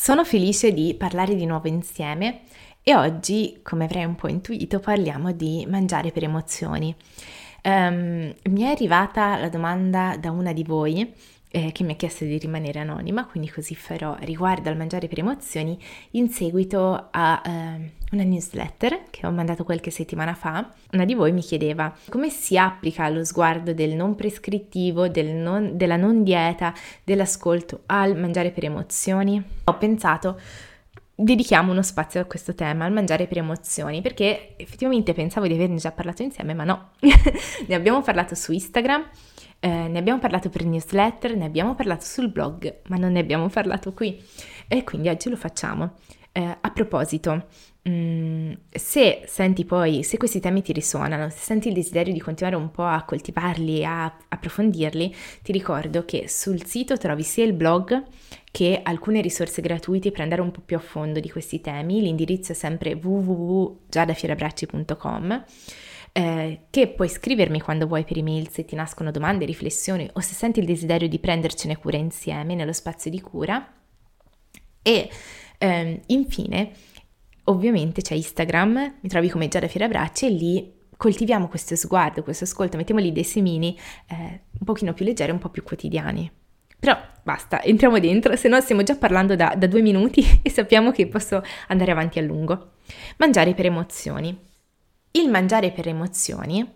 Sono felice di parlare di nuovo insieme e oggi, come avrei un po' intuito, parliamo di mangiare per emozioni. Mi è arrivata la domanda da una di voi che mi ha chiesto di rimanere anonima, quindi così farò riguardo al mangiare per emozioni in seguito a una newsletter che ho mandato qualche settimana fa. Una di voi mi chiedeva come si applica lo sguardo del non prescrittivo, della non dieta, dell'ascolto al mangiare per emozioni. Ho pensato dedichiamo uno spazio a questo tema, al mangiare per emozioni, perché effettivamente pensavo di averne già parlato insieme, ma no. Ne abbiamo parlato su Instagram, ne abbiamo parlato per newsletter, ne abbiamo parlato sul blog, ma non ne abbiamo parlato qui. E quindi oggi lo facciamo. A proposito, se senti poi, se questi temi ti risuonano, se senti il desiderio di continuare un po' a coltivarli, a approfondirli, ti ricordo che sul sito trovi sia il blog che alcune risorse gratuite per andare un po' più a fondo di questi temi. L'indirizzo è sempre www.giadafierabracci.com, che puoi scrivermi quando vuoi per email se ti nascono domande, riflessioni o se senti il desiderio di prendercene cura insieme nello spazio di cura. E infine, ovviamente c'è Instagram, mi trovi come Giada Fierabracci e lì coltiviamo questo sguardo, questo ascolto, mettiamo lì dei semini un pochino più leggeri, un po' più quotidiani. Però basta, entriamo dentro, se no stiamo già parlando da 2 minuti e sappiamo che posso andare avanti a lungo. Mangiare per emozioni. Il mangiare per emozioni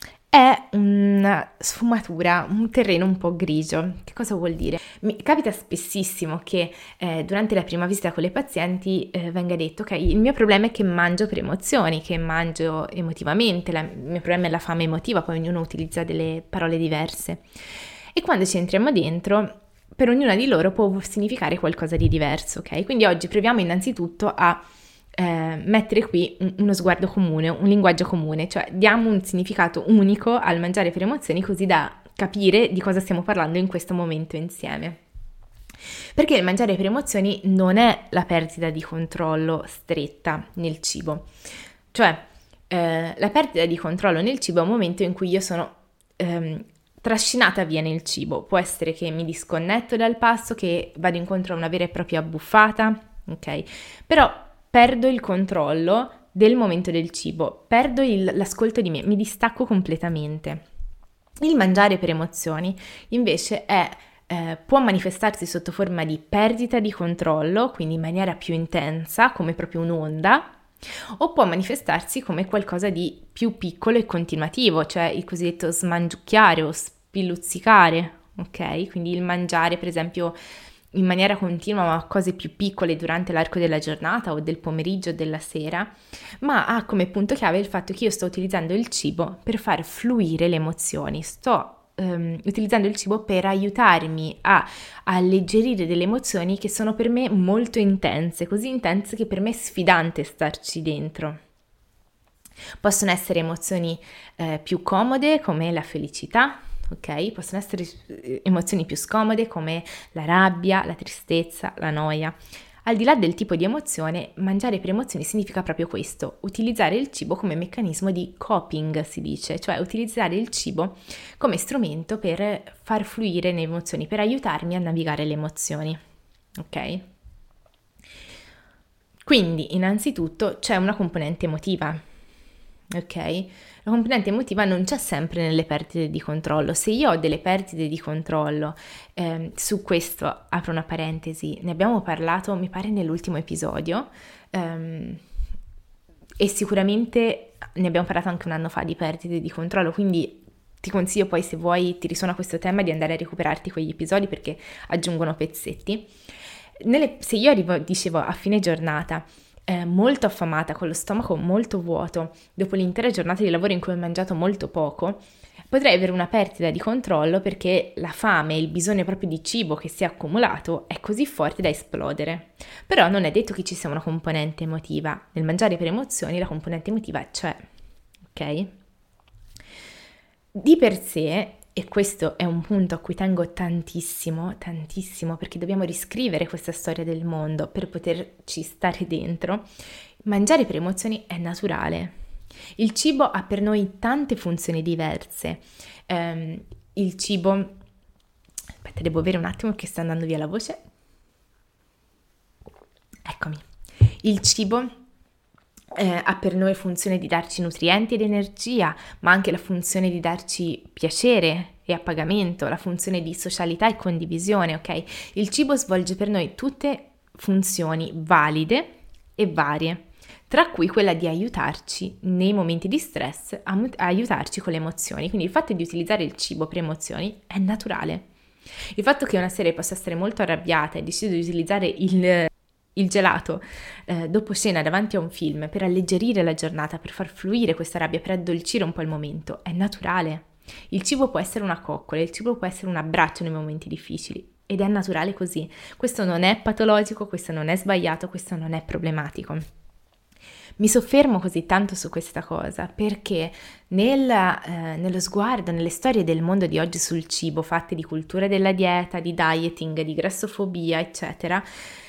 è una sfumatura, un terreno un po' grigio. Che cosa vuol dire? Mi capita spessissimo che durante la prima visita con le pazienti venga detto: ok, il mio problema è che mangio per emozioni, che mangio emotivamente, il mio problema è la fame emotiva, poi ognuno utilizza delle parole diverse. E quando ci entriamo dentro, per ognuna di loro può significare qualcosa di diverso, ok? Quindi oggi proviamo innanzitutto a mettere qui uno sguardo comune, un linguaggio comune, cioè diamo un significato unico al mangiare per emozioni così da capire di cosa stiamo parlando in questo momento insieme. Perché il mangiare per emozioni non è la perdita di controllo stretta nel cibo, cioè la perdita di controllo nel cibo è un momento in cui io sono trascinata via nel cibo. Può essere che mi disconnetto dal pasto, che vado incontro a una vera e propria abbuffata, ok? Però perdo il controllo del momento del cibo, perdo l'ascolto di me, mi distacco completamente. Il mangiare per emozioni invece può manifestarsi sotto forma di perdita di controllo, quindi in maniera più intensa, come proprio un'onda, o può manifestarsi come qualcosa di più piccolo e continuativo, cioè il cosiddetto smangiucchiare o spilluzzicare, ok? Quindi il mangiare, per esempio, in maniera continua ma cose più piccole durante l'arco della giornata o del pomeriggio o della sera, ma ha come punto chiave il fatto che io sto utilizzando il cibo per far fluire le emozioni, sto utilizzando il cibo per aiutarmi a alleggerire delle emozioni che sono per me molto intense, così intense che per me è sfidante starci dentro. Possono essere emozioni più comode come la felicità, ok? Possono essere emozioni più scomode come la rabbia, la tristezza, la noia. Al di là del tipo di emozione, mangiare per emozioni significa proprio questo, utilizzare il cibo come meccanismo di coping, si dice, cioè utilizzare il cibo come strumento per far fluire le emozioni, per aiutarmi a navigare le emozioni, ok? Quindi, innanzitutto, c'è una componente emotiva, ok? La componente emotiva non c'è sempre nelle perdite di controllo. Se io ho delle perdite di controllo, su questo apro una parentesi, ne abbiamo parlato mi pare nell'ultimo episodio, e sicuramente ne abbiamo parlato anche un anno fa di perdite di controllo, quindi ti consiglio poi, se vuoi, ti risuona questo tema, di andare a recuperarti quegli episodi perché aggiungono pezzetti. Se io dicevo a fine giornata molto affamata, con lo stomaco molto vuoto, dopo l'intera giornata di lavoro in cui ho mangiato molto poco, potrei avere una perdita di controllo perché la fame, il bisogno proprio di cibo che si è accumulato è così forte da esplodere. Però non è detto che ci sia una componente emotiva. Nel mangiare per emozioni la componente emotiva c'è, ok? Di per sé, e questo è un punto a cui tengo tantissimo, tantissimo, perché dobbiamo riscrivere questa storia del mondo per poterci stare dentro, mangiare per emozioni è naturale. Il cibo ha per noi tante funzioni diverse. Il cibo... Aspetta, devo bere un attimo che sta andando via la voce. Eccomi. Il cibo ha per noi funzione di darci nutrienti ed energia, ma anche la funzione di darci piacere e appagamento, la funzione di socialità e condivisione, ok? Il cibo svolge per noi tutte funzioni valide e varie, tra cui quella di aiutarci nei momenti di stress, aiutarci con le emozioni. Quindi il fatto di utilizzare il cibo per emozioni è naturale. Il fatto che una serie possa essere molto arrabbiata e decida di utilizzare il gelato dopo cena davanti a un film per alleggerire la giornata, per far fluire questa rabbia, per addolcire un po' il momento, è naturale. Il cibo può essere una coccola, il cibo può essere un abbraccio nei momenti difficili ed è naturale così. Questo non è patologico, questo non è sbagliato, questo non è problematico. Mi soffermo così tanto su questa cosa perché nello sguardo, nelle storie del mondo di oggi sul cibo, fatte di cultura della dieta, di dieting, di grassofobia, eccetera,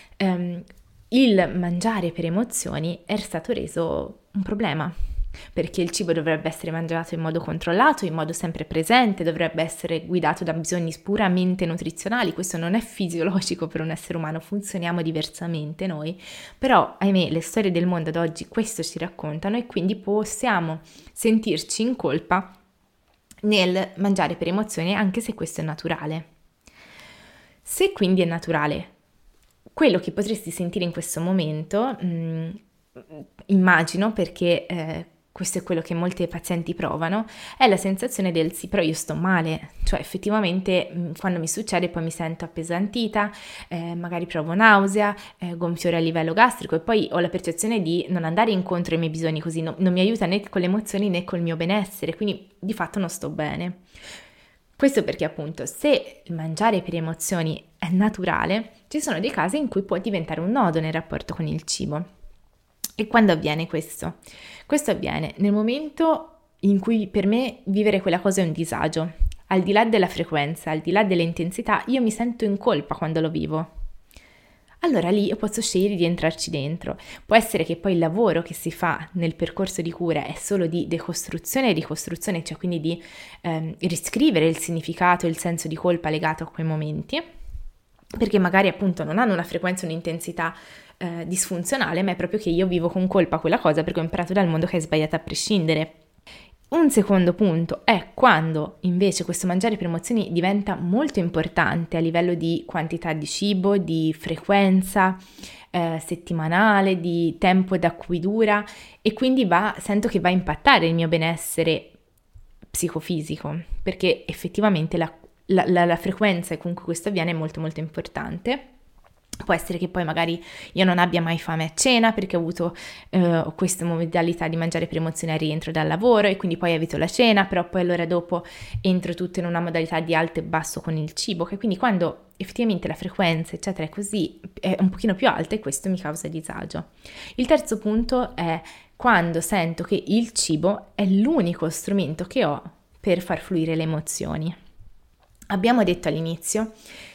il mangiare per emozioni è stato reso un problema, perché il cibo dovrebbe essere mangiato in modo controllato, in modo sempre presente, dovrebbe essere guidato da bisogni puramente nutrizionali. Questo non è fisiologico per un essere umano, funzioniamo diversamente noi, però ahimè le storie del mondo ad oggi questo ci raccontano e quindi possiamo sentirci in colpa nel mangiare per emozioni, anche se questo è naturale. Se quindi è naturale, quello che potresti sentire in questo momento, immagino, perché questo è quello che molti pazienti provano, è la sensazione del sì, però io sto male, cioè effettivamente quando mi succede poi mi sento appesantita, magari provo nausea, gonfiore a livello gastrico e poi ho la percezione di non andare incontro ai miei bisogni, così non mi aiuta né con le emozioni né col mio benessere, quindi di fatto non sto bene. Questo perché appunto se il mangiare per emozioni è naturale, ci sono dei casi in cui può diventare un nodo nel rapporto con il cibo. E quando avviene questo? Questo avviene nel momento in cui per me vivere quella cosa è un disagio. Al di là della frequenza, al di là dell'intensità, io mi sento in colpa quando lo vivo. Allora lì io posso scegliere di entrarci dentro. Può essere che poi il lavoro che si fa nel percorso di cura è solo di decostruzione e ricostruzione, cioè quindi di riscrivere il significato e il senso di colpa legato a quei momenti, perché magari appunto non hanno una frequenza e un'intensità disfunzionale, ma è proprio che io vivo con colpa quella cosa perché ho imparato dal mondo che è sbagliata a prescindere. Un secondo punto è quando invece questo mangiare per emozioni diventa molto importante a livello di quantità di cibo, di frequenza settimanale, di tempo da cui dura e quindi sento che va a impattare il mio benessere psicofisico, perché effettivamente la frequenza con cui questo avviene è molto molto importante. Può essere che poi magari io non abbia mai fame a cena perché ho avuto questa modalità di mangiare per emozione al rientro dal lavoro e quindi poi evito la cena, però poi allora dopo entro tutto in una modalità di alto e basso con il cibo, che quindi quando effettivamente la frequenza eccetera è così, è un pochino più alta e questo mi causa disagio. Il terzo punto è quando sento che il cibo è l'unico strumento che ho per far fluire le emozioni. Abbiamo detto all'inizio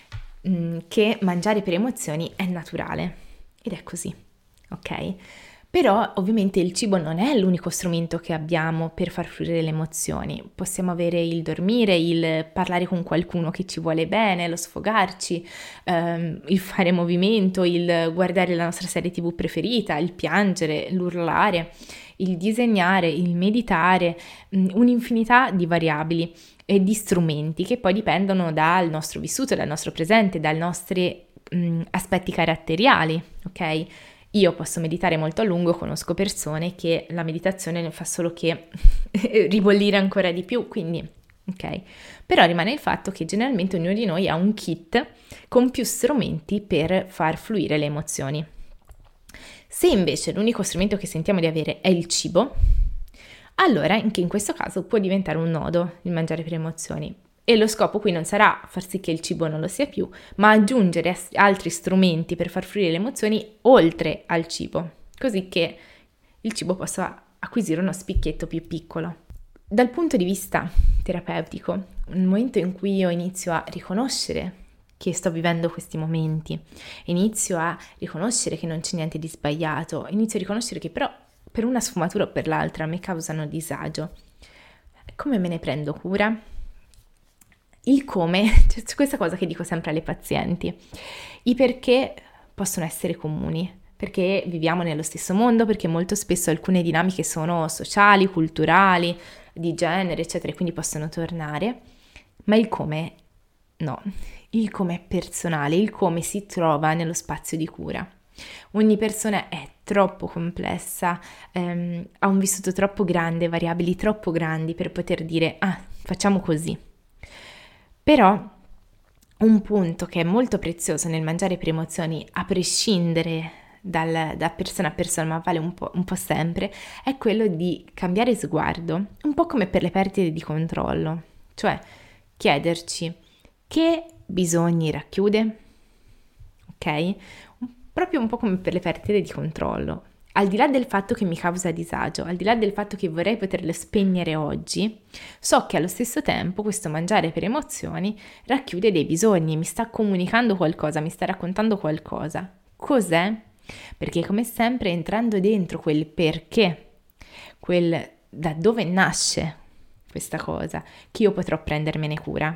che mangiare per emozioni è naturale ed è così, ok? Però ovviamente il cibo non è l'unico strumento che abbiamo per far fluire le emozioni. Possiamo avere il dormire, il parlare con qualcuno che ci vuole bene, lo sfogarci, il fare movimento, il guardare la nostra serie TV preferita, il piangere, l'urlare, il disegnare, il meditare, un'infinità di variabili e di strumenti che poi dipendono dal nostro vissuto, dal nostro presente, dai nostri aspetti caratteriali, ok? Io posso meditare molto a lungo, conosco persone che la meditazione ne fa solo che ribollire ancora di più, quindi ok? Però rimane il fatto che generalmente ognuno di noi ha un kit con più strumenti per far fluire le emozioni. Se invece l'unico strumento che sentiamo di avere è il cibo, allora anche in questo caso può diventare un nodo il mangiare per emozioni. E lo scopo qui non sarà far sì che il cibo non lo sia più, ma aggiungere altri strumenti per far fluire le emozioni oltre al cibo, così che il cibo possa acquisire uno spicchietto più piccolo. Dal punto di vista terapeutico, nel momento in cui io inizio a riconoscere che sto vivendo questi momenti, inizio a riconoscere che non c'è niente di sbagliato, inizio a riconoscere che però per una sfumatura o per l'altra mi causano disagio, come me ne prendo cura? Il come, c'è questa cosa che dico sempre alle pazienti, i perché possono essere comuni, perché viviamo nello stesso mondo, perché molto spesso alcune dinamiche sono sociali, culturali, di genere, eccetera, e quindi possono tornare, ma il come no, il come è personale, il come si trova nello spazio di cura. Ogni persona è troppo complessa, ha un vissuto troppo grande, variabili troppo grandi per poter dire facciamo così. Però un punto che è molto prezioso nel mangiare per emozioni, a prescindere da persona a persona, ma vale un po' sempre, è quello di cambiare sguardo, un po' come per le perdite di controllo, cioè chiederci che bisogni racchiude, ok? Proprio un po' come per le perdite di controllo. Al di là del fatto che mi causa disagio, al di là del fatto che vorrei poterlo spegnere oggi, so che allo stesso tempo questo mangiare per emozioni racchiude dei bisogni, mi sta comunicando qualcosa, mi sta raccontando qualcosa. Cos'è? Perché come sempre entrando dentro quel perché, quel da dove nasce questa cosa, che io potrò prendermene cura.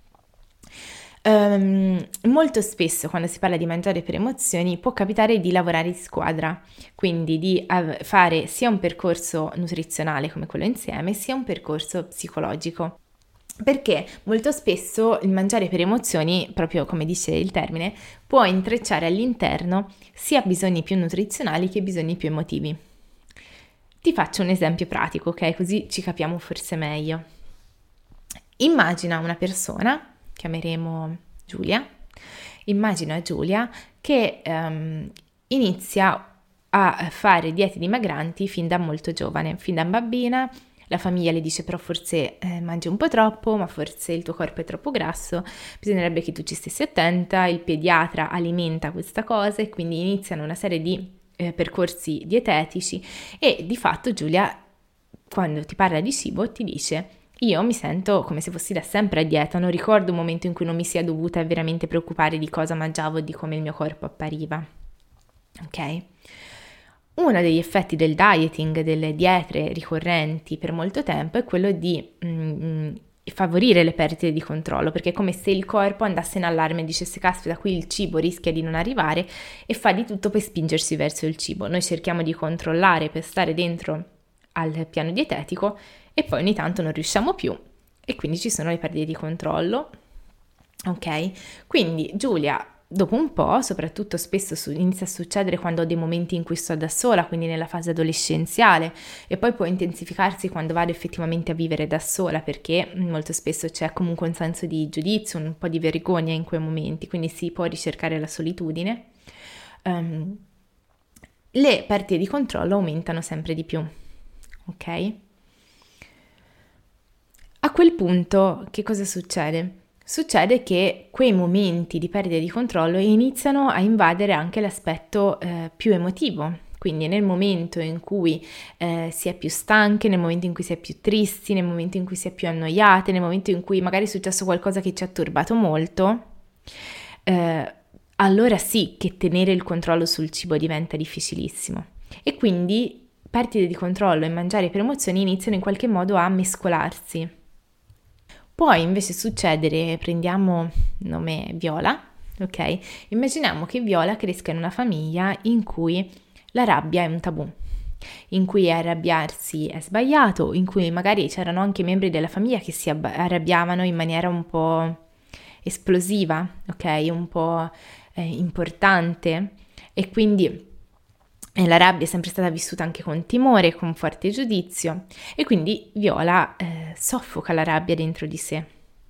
Molto spesso quando si parla di mangiare per emozioni può capitare di lavorare in squadra, quindi di fare sia un percorso nutrizionale come quello insieme, sia un percorso psicologico. Perché molto spesso il mangiare per emozioni, proprio come dice il termine, può intrecciare all'interno sia bisogni più nutrizionali che bisogni più emotivi. Ti faccio un esempio pratico, ok? Così ci capiamo forse meglio. Immagina una persona, chiameremo Giulia, immagina Giulia che inizia a fare diete dimagranti fin da molto giovane, fin da bambina. La famiglia le dice però forse mangi un po' troppo, ma forse il tuo corpo è troppo grasso, bisognerebbe che tu ci stessi attenta, il pediatra alimenta questa cosa e quindi iniziano una serie di percorsi dietetici e di fatto Giulia, quando ti parla di cibo, ti dice: io mi sento come se fossi da sempre a dieta, non ricordo un momento in cui non mi sia dovuta veramente preoccupare di cosa mangiavo e di come il mio corpo appariva. Ok? Uno degli effetti del dieting, delle diete ricorrenti per molto tempo, è quello di favorire le perdite di controllo, perché è come se il corpo andasse in allarme e dicesse: caspita, qui il cibo rischia di non arrivare, e fa di tutto per spingersi verso il cibo. Noi cerchiamo di controllare per stare dentro al piano dietetico e poi ogni tanto non riusciamo più e quindi ci sono le perdite di controllo. Ok? Quindi Giulia, dopo un po', soprattutto spesso inizia a succedere quando ho dei momenti in cui sto da sola, quindi nella fase adolescenziale, e poi può intensificarsi quando vado effettivamente a vivere da sola, perché molto spesso c'è comunque un senso di giudizio, un po' di vergogna in quei momenti, quindi si può ricercare la solitudine. Le perdite di controllo aumentano sempre di più, ok? A quel punto che cosa succede? Succede che quei momenti di perdita di controllo iniziano a invadere anche l'aspetto più emotivo, quindi nel momento in cui si è più stanche, nel momento in cui si è più tristi, nel momento in cui si è più annoiate, nel momento in cui magari è successo qualcosa che ci ha turbato molto, allora sì che tenere il controllo sul cibo diventa difficilissimo e quindi perdite di controllo e mangiare per emozioni iniziano in qualche modo a mescolarsi. Può invece succedere, prendiamo nome Viola, ok? Immaginiamo che Viola cresca in una famiglia in cui la rabbia è un tabù, in cui arrabbiarsi è sbagliato, in cui magari c'erano anche membri della famiglia che si arrabbiavano in maniera un po' esplosiva, ok? Un po' importante e quindi la rabbia è sempre stata vissuta anche con timore, con forte giudizio e quindi Viola soffoca la rabbia dentro di sé.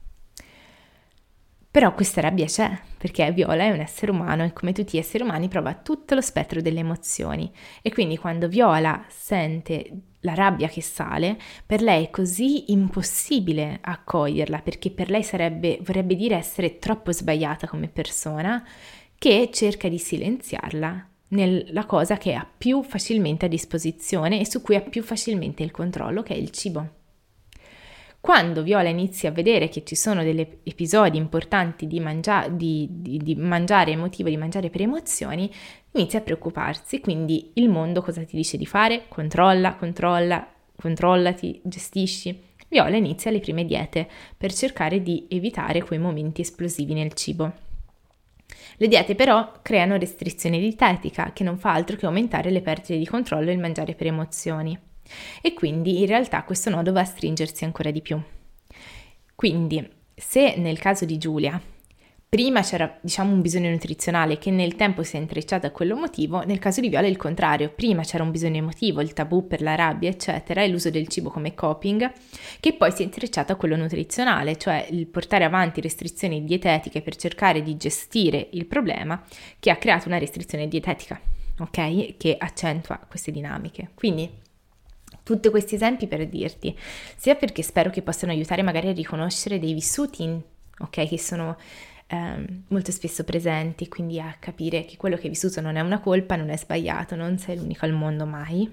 Però questa rabbia c'è, perché Viola è un essere umano e come tutti gli esseri umani prova tutto lo spettro delle emozioni e quindi quando Viola sente la rabbia che sale, per lei è così impossibile accoglierla, perché per lei vorrebbe dire essere troppo sbagliata come persona, che cerca di silenziarla nella cosa che ha più facilmente a disposizione e su cui ha più facilmente il controllo, che è il cibo. Quando Viola inizia a vedere che ci sono degli episodi importanti di mangiare emotivo, di mangiare per emozioni, inizia a preoccuparsi, quindi il mondo cosa ti dice di fare? Controllati, gestisci. Viola inizia le prime diete per cercare di evitare quei momenti esplosivi nel cibo. Le diete però creano restrizione dietetica, che non fa altro che aumentare le perdite di controllo e il mangiare per emozioni. E quindi in realtà questo nodo va a stringersi ancora di più. Quindi, se nel caso di Giulia prima c'era, diciamo, un bisogno nutrizionale che nel tempo si è intrecciato a quello emotivo, nel caso di Viola è il contrario. Prima c'era un bisogno emotivo, il tabù per la rabbia, eccetera, e l'uso del cibo come coping, che poi si è intrecciato a quello nutrizionale, cioè il portare avanti restrizioni dietetiche per cercare di gestire il problema, che ha creato una restrizione dietetica, ok? Che accentua queste dinamiche. Quindi tutti questi esempi per dirti, sia perché spero che possano aiutare magari a riconoscere dei vissuti, ok, che sono molto spesso presenti, quindi a capire che quello che hai vissuto non è una colpa, non è sbagliato, non sei l'unico al mondo mai.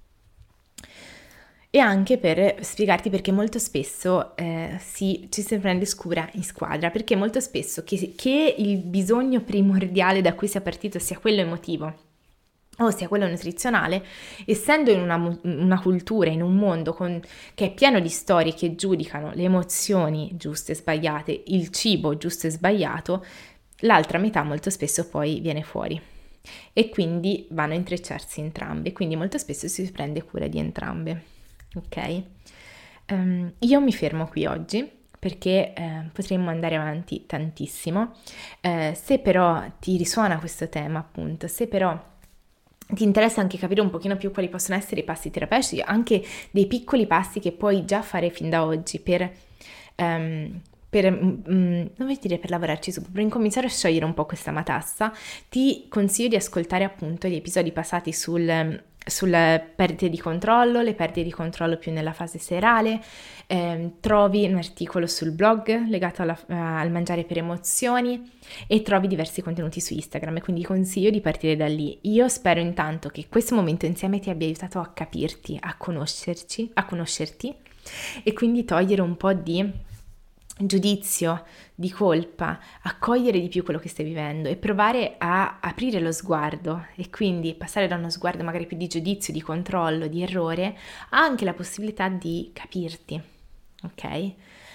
E anche per spiegarti perché molto spesso ci si prende cura in squadra, perché molto spesso che il bisogno primordiale da cui sia partito sia quello emotivo, o sia quello nutrizionale, essendo in una cultura, in un mondo che è pieno di storie che giudicano le emozioni giuste e sbagliate, il cibo giusto e sbagliato, l'altra metà molto spesso poi viene fuori e quindi vanno a intrecciarsi entrambe, quindi molto spesso si prende cura di entrambe, ok? Io mi fermo qui oggi perché potremmo andare avanti tantissimo. Se però ti risuona questo tema, appunto, se però ti interessa anche capire un pochino più quali possono essere i passi terapeutici, anche dei piccoli passi che puoi già fare fin da oggi non voglio dire per lavorarci su, per incominciare a sciogliere un po' questa matassa, ti consiglio di ascoltare appunto gli episodi passati sulle perdite di controllo, le perdite di controllo più nella fase serale. Trovi un articolo sul blog legato al mangiare per emozioni e trovi diversi contenuti su Instagram, e quindi consiglio di partire da lì. Io spero intanto che questo momento insieme ti abbia aiutato a capirti, a conoscerti e quindi togliere un po' di giudizio, di colpa, accogliere di più quello che stai vivendo e provare a aprire lo sguardo, e quindi passare da uno sguardo magari più di giudizio, di controllo, di errore, a anche la possibilità di capirti, ok?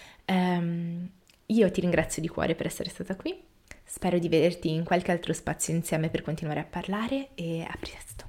Io ti ringrazio di cuore per essere stata qui, spero di vederti in qualche altro spazio insieme per continuare a parlare, e a presto.